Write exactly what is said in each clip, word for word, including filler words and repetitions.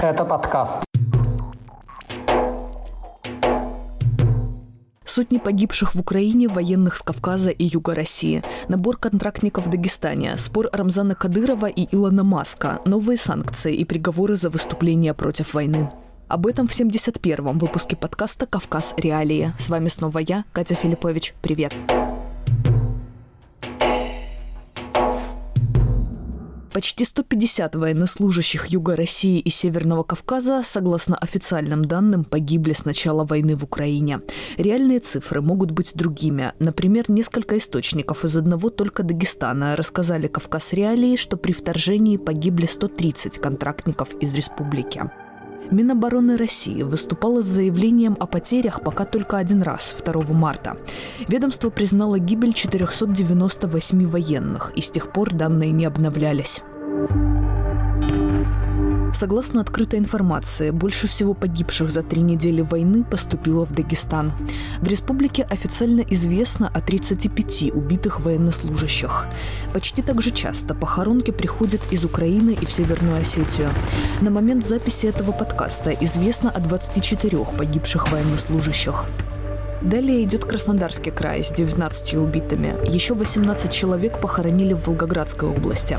Это подкаст. Сотни погибших в Украине военных с Кавказа и Юга России, набор контрактников в Дагестане, спор Рамзана Кадырова и Илона Маска, новые санкции и приговоры за выступление против войны. Об этом в семьдесят первом выпуске подкаста «Кавказ. Реалии». С вами снова я, Катя Филиппович. Привет. Почти сто пятьдесят военнослужащих Юга России и Северного Кавказа, согласно официальным данным, погибли с начала войны в Украине. Реальные цифры могут быть другими. Например, несколько источников из одного только Дагестана рассказали «Кавказ. Реалии», что при вторжении погибли сто тридцать контрактников из республики. Минобороны России выступало с заявлением о потерях пока только один раз, второго марта. Ведомство признало гибель четырехсот девяноста восьми военных, и с тех пор данные не обновлялись. Согласно открытой информации, больше всего погибших за три недели войны поступило в Дагестан. В республике официально известно о тридцати пяти убитых военнослужащих. Почти так же часто похоронки приходят из Украины и в Северную Осетию. На момент записи этого подкаста известно о двадцати четырёх погибших военнослужащих. Далее идет Краснодарский край с девятнадцатью убитыми. Еще восемнадцать человек похоронили в Волгоградской области.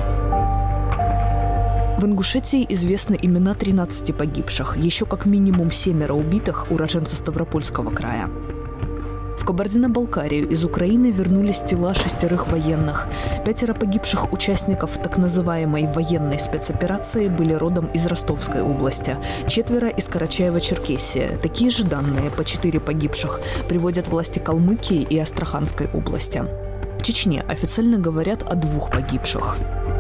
В Ингушетии известны имена тринадцати погибших, еще как минимум семеро убитых уроженцы Ставропольского края. В Кабардино-Балкарию из Украины вернулись тела шестерых военных. Пятеро погибших участников так называемой военной спецоперации были родом из Ростовской области, четверо из Карачаево-Черкесии. Такие же данные, по четыре погибших, приводят власти Калмыкии и Астраханской области. В Чечне официально говорят о двух погибших.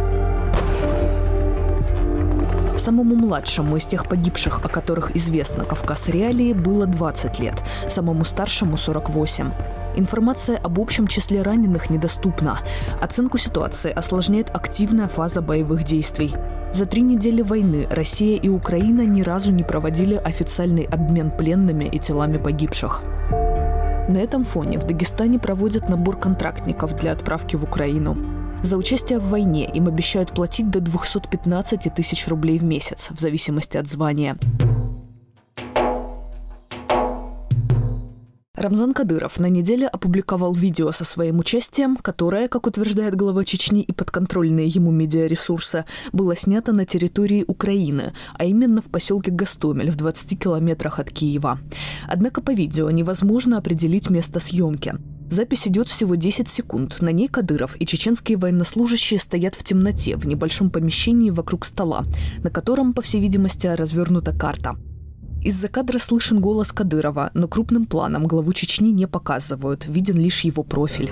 Самому младшему из тех погибших, о которых известно «Кавказ. Реалии», было двадцать лет, самому старшему – сорок восемь. Информация об общем числе раненых недоступна. Оценку ситуации осложняет активная фаза боевых действий. За три недели войны Россия и Украина ни разу не проводили официальный обмен пленными и телами погибших. На этом фоне в Дагестане проводят набор контрактников для отправки в Украину. За участие в войне им обещают платить до двухсот пятнадцати тысяч рублей в месяц, в зависимости от звания. Рамзан Кадыров на неделе опубликовал видео со своим участием, которое, как утверждает глава Чечни и подконтрольные ему медиаресурсы, было снято на территории Украины, а именно в поселке Гостомель в двадцати километрах от Киева. Однако по видео невозможно определить место съемки. Запись идет всего десять секунд. На ней Кадыров и чеченские военнослужащие стоят в темноте в небольшом помещении вокруг стола, на котором, по всей видимости, развернута карта. Из-за кадра слышен голос Кадырова, но крупным планом главу Чечни не показывают, виден лишь его профиль.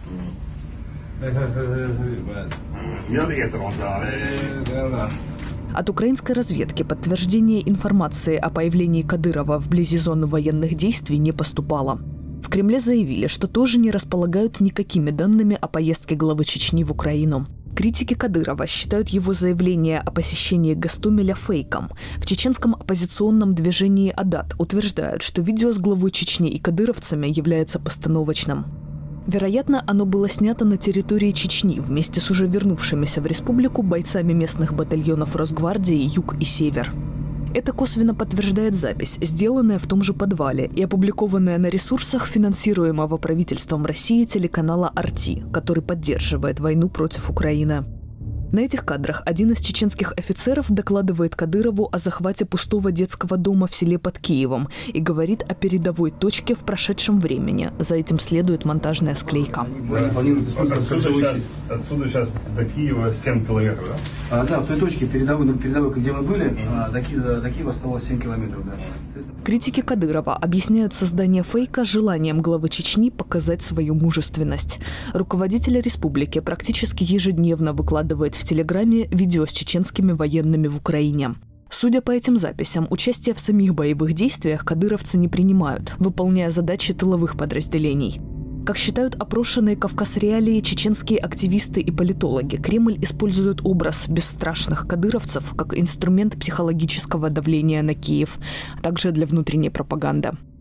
От украинской разведки подтверждение информации о появлении Кадырова вблизи зоны военных действий не поступало. В Кремле заявили, что тоже не располагают никакими данными о поездке главы Чечни в Украину. Критики Кадырова считают его заявление о посещении Гостомеля фейком. В чеченском оппозиционном движении «Адат» утверждают, что видео с главой Чечни и кадыровцами является постановочным. Вероятно, оно было снято на территории Чечни вместе с уже вернувшимися в республику бойцами местных батальонов Росгвардии «Юг» и «Север». Это косвенно подтверждает запись, сделанная в том же подвале и опубликованная на ресурсах финансируемого правительством России телеканала «Арти», который поддерживает войну против Украины. На этих кадрах один из чеченских офицеров докладывает Кадырову о захвате пустого детского дома в селе под Киевом и говорит о передовой точке в прошедшем времени. За этим следует монтажная склейка. Да. Отсюда, сейчас, отсюда сейчас до Киева семь километров, да? А, да, в той точке передовой, передовой где мы были, mm-hmm. а, до, Киева, до Киева осталось семь километров, да. Критики Кадырова объясняют создание фейка желанием главы Чечни показать свою мужественность. Руководитель республики практически ежедневно выкладывает в Телеграме видео с чеченскими военными в Украине. Судя по этим записям, участие в самих боевых действиях кадыровцы не принимают, выполняя задачи тыловых подразделений. Как считают опрошенные «Кавказ. Реалии» чеченские активисты и политологи, Кремль использует образ бесстрашных кадыровцев как инструмент психологического давления на Киев, а также для внутренней пропаганды.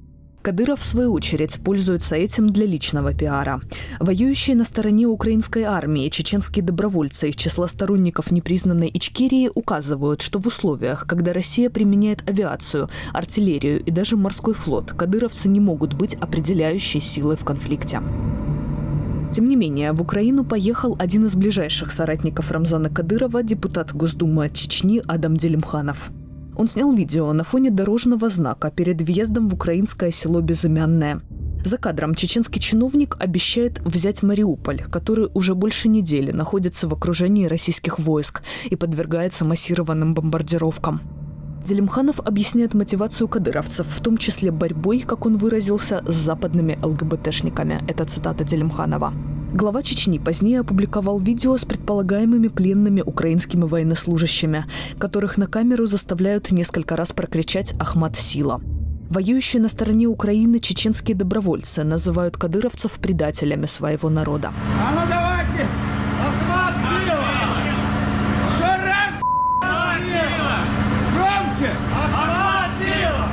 Кадыров, в свою очередь, пользуется этим для личного пиара. Воюющие на стороне украинской армии чеченские добровольцы из числа сторонников непризнанной Ичкерии указывают, что в условиях, когда Россия применяет авиацию, артиллерию и даже морской флот, кадыровцы не могут быть определяющей силой в конфликте. Тем не менее, в Украину поехал один из ближайших соратников Рамзана Кадырова, депутат Госдумы Чечни Адам Делимханов. Он снял видео на фоне дорожного знака перед въездом в украинское село Безымянное. За кадром чеченский чиновник обещает взять Мариуполь, который уже больше недели находится в окружении российских войск и подвергается массированным бомбардировкам. Делимханов объясняет мотивацию кадыровцев, в том числе борьбой, как он выразился, с западными ЛГБТшниками. Это цитата Делимханова. Глава Чечни позднее опубликовал видео с предполагаемыми пленными украинскими военнослужащими, которых на камеру заставляют несколько раз прокричать «Ахмат Сила». Воюющие на стороне Украины чеченские добровольцы называют кадыровцев предателями своего народа. А ну давайте! Ахмат Сила! Шарам! Сила! Громче! Ахмат Сила!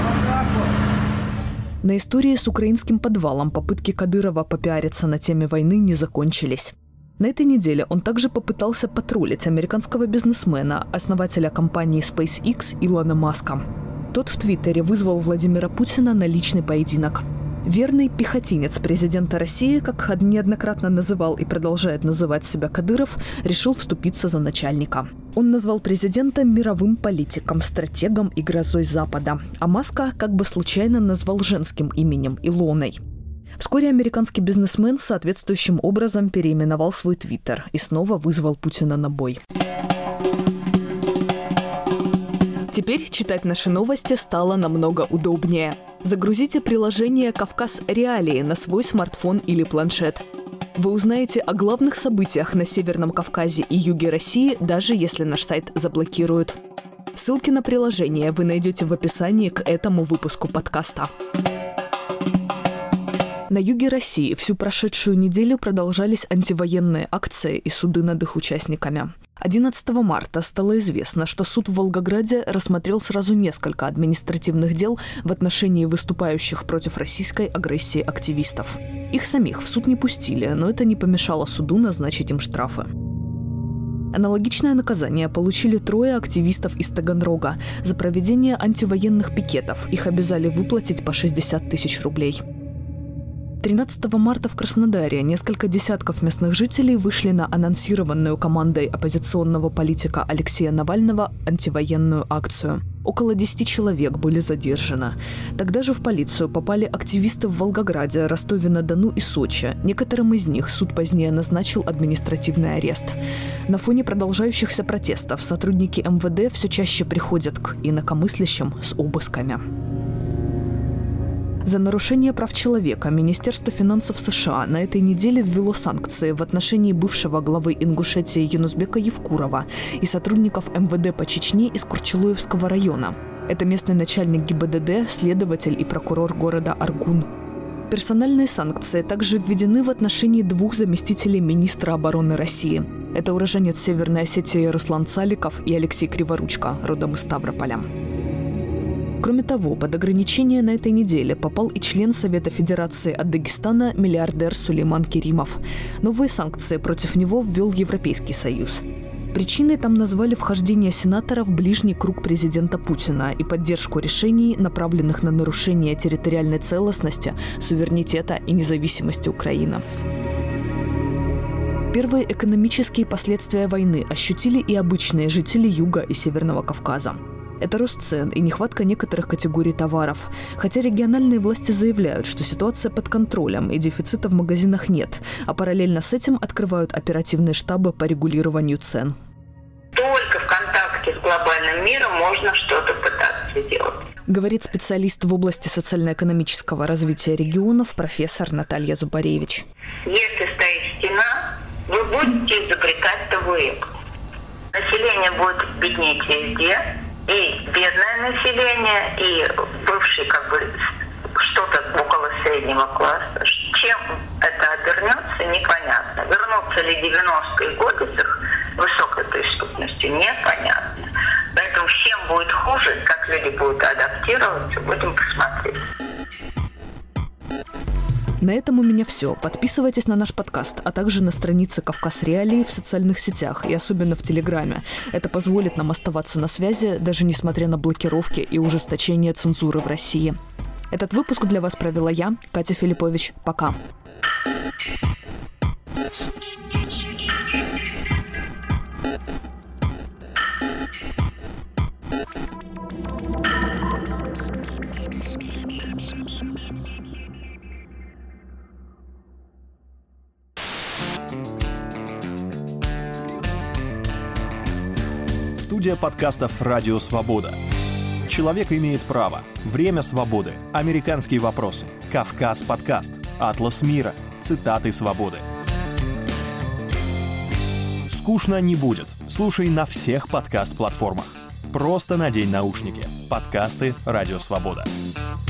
На истории с украинским подвалом попытки Кадырова попиариться на теме войны не закончились. На этой неделе он также попытался потроллить американского бизнесмена, основателя компании SpaceX Илона Маска. Тот в Твиттере вызвал Владимира Путина на личный поединок. Верный пехотинец президента России, как неоднократно называл и продолжает называть себя Кадыров, решил вступиться за начальника. Он назвал президента мировым политиком, стратегом и грозой Запада, а Маска как бы случайно назвал женским именем – Илоной. Вскоре американский бизнесмен соответствующим образом переименовал свой твиттер и снова вызвал Путина на бой. Теперь читать наши новости стало намного удобнее. Загрузите приложение «Кавказ Реалии» на свой смартфон или планшет. Вы узнаете о главных событиях на Северном Кавказе и юге России, даже если наш сайт заблокируют. Ссылки на приложение вы найдете в описании к этому выпуску подкаста. На юге России всю прошедшую неделю продолжались антивоенные акции и суды над их участниками. одиннадцатого марта стало известно, что суд в Волгограде рассмотрел сразу несколько административных дел в отношении выступающих против российской агрессии активистов. Их самих в суд не пустили, но это не помешало суду назначить им штрафы. Аналогичное наказание получили трое активистов из Таганрога за проведение антивоенных пикетов. Их обязали выплатить по шестьдесят тысяч рублей. тринадцатого марта в Краснодаре несколько десятков местных жителей вышли на анонсированную командой оппозиционного политика Алексея Навального антивоенную акцию. Около десяти человек были задержаны. Тогда же в полицию попали активисты в Волгограде, Ростове-на-Дону и Сочи. Некоторым из них суд позднее назначил административный арест. На фоне продолжающихся протестов сотрудники эм вэ дэ все чаще приходят к инакомыслящим с обысками. За нарушение прав человека Министерство финансов США на этой неделе ввело санкции в отношении бывшего главы Ингушетии Юнусбека Евкурова и сотрудников эм вэ дэ по Чечне из Курчелуевского района. Это местный начальник гэ бэ дэ дэ, следователь и прокурор города Аргун. Персональные санкции также введены в отношении двух заместителей министра обороны России. Это уроженец Северной Осетии Руслан Цаликов и Алексей Криворучко, родом из Ставрополя. Кроме того, под ограничение на этой неделе попал и член Совета Федерации от Дагестана миллиардер Сулейман Керимов. Новые санкции против него ввел Европейский Союз. Причиной там назвали вхождение сенатора в ближний круг президента Путина и поддержку решений, направленных на нарушение территориальной целостности, суверенитета и независимости Украины. Первые экономические последствия войны ощутили и обычные жители Юга и Северного Кавказа. Это рост цен и нехватка некоторых категорий товаров. Хотя региональные власти заявляют, что ситуация под контролем и дефицита в магазинах нет, а параллельно с этим открывают оперативные штабы по регулированию цен. Только в контакте с глобальным миром можно что-то пытаться сделать. Говорит специалист в области социально-экономического развития регионов профессор Наталья Зубаревич. Если стоит стена, вы будете изобретать ТВЭ. Население будет беднеть везде. И бедное население, и бывший как бы что-то около среднего класса. Чем это обернется, непонятно. Вернутся ли девяностые годы с их высокой преступностью, непонятно. Поэтому всем будет хуже, как люди будут адаптироваться, будем посмотреть. На этом у меня все. Подписывайтесь на наш подкаст, а также на страницы «Кавказ Реалии» в социальных сетях и особенно в Телеграме. Это позволит нам оставаться на связи, даже несмотря на блокировки и ужесточение цензуры в России. Этот выпуск для вас провела я, Катя Филиппович. Пока. Студия подкастов «Радио Свобода». Человек имеет право. Время свободы. Американские вопросы. Кавказ подкаст. Атлас мира. Цитаты свободы. Скучно не будет. Слушай на всех подкаст-платформах. Просто надень наушники. Подкасты «Радио Свобода».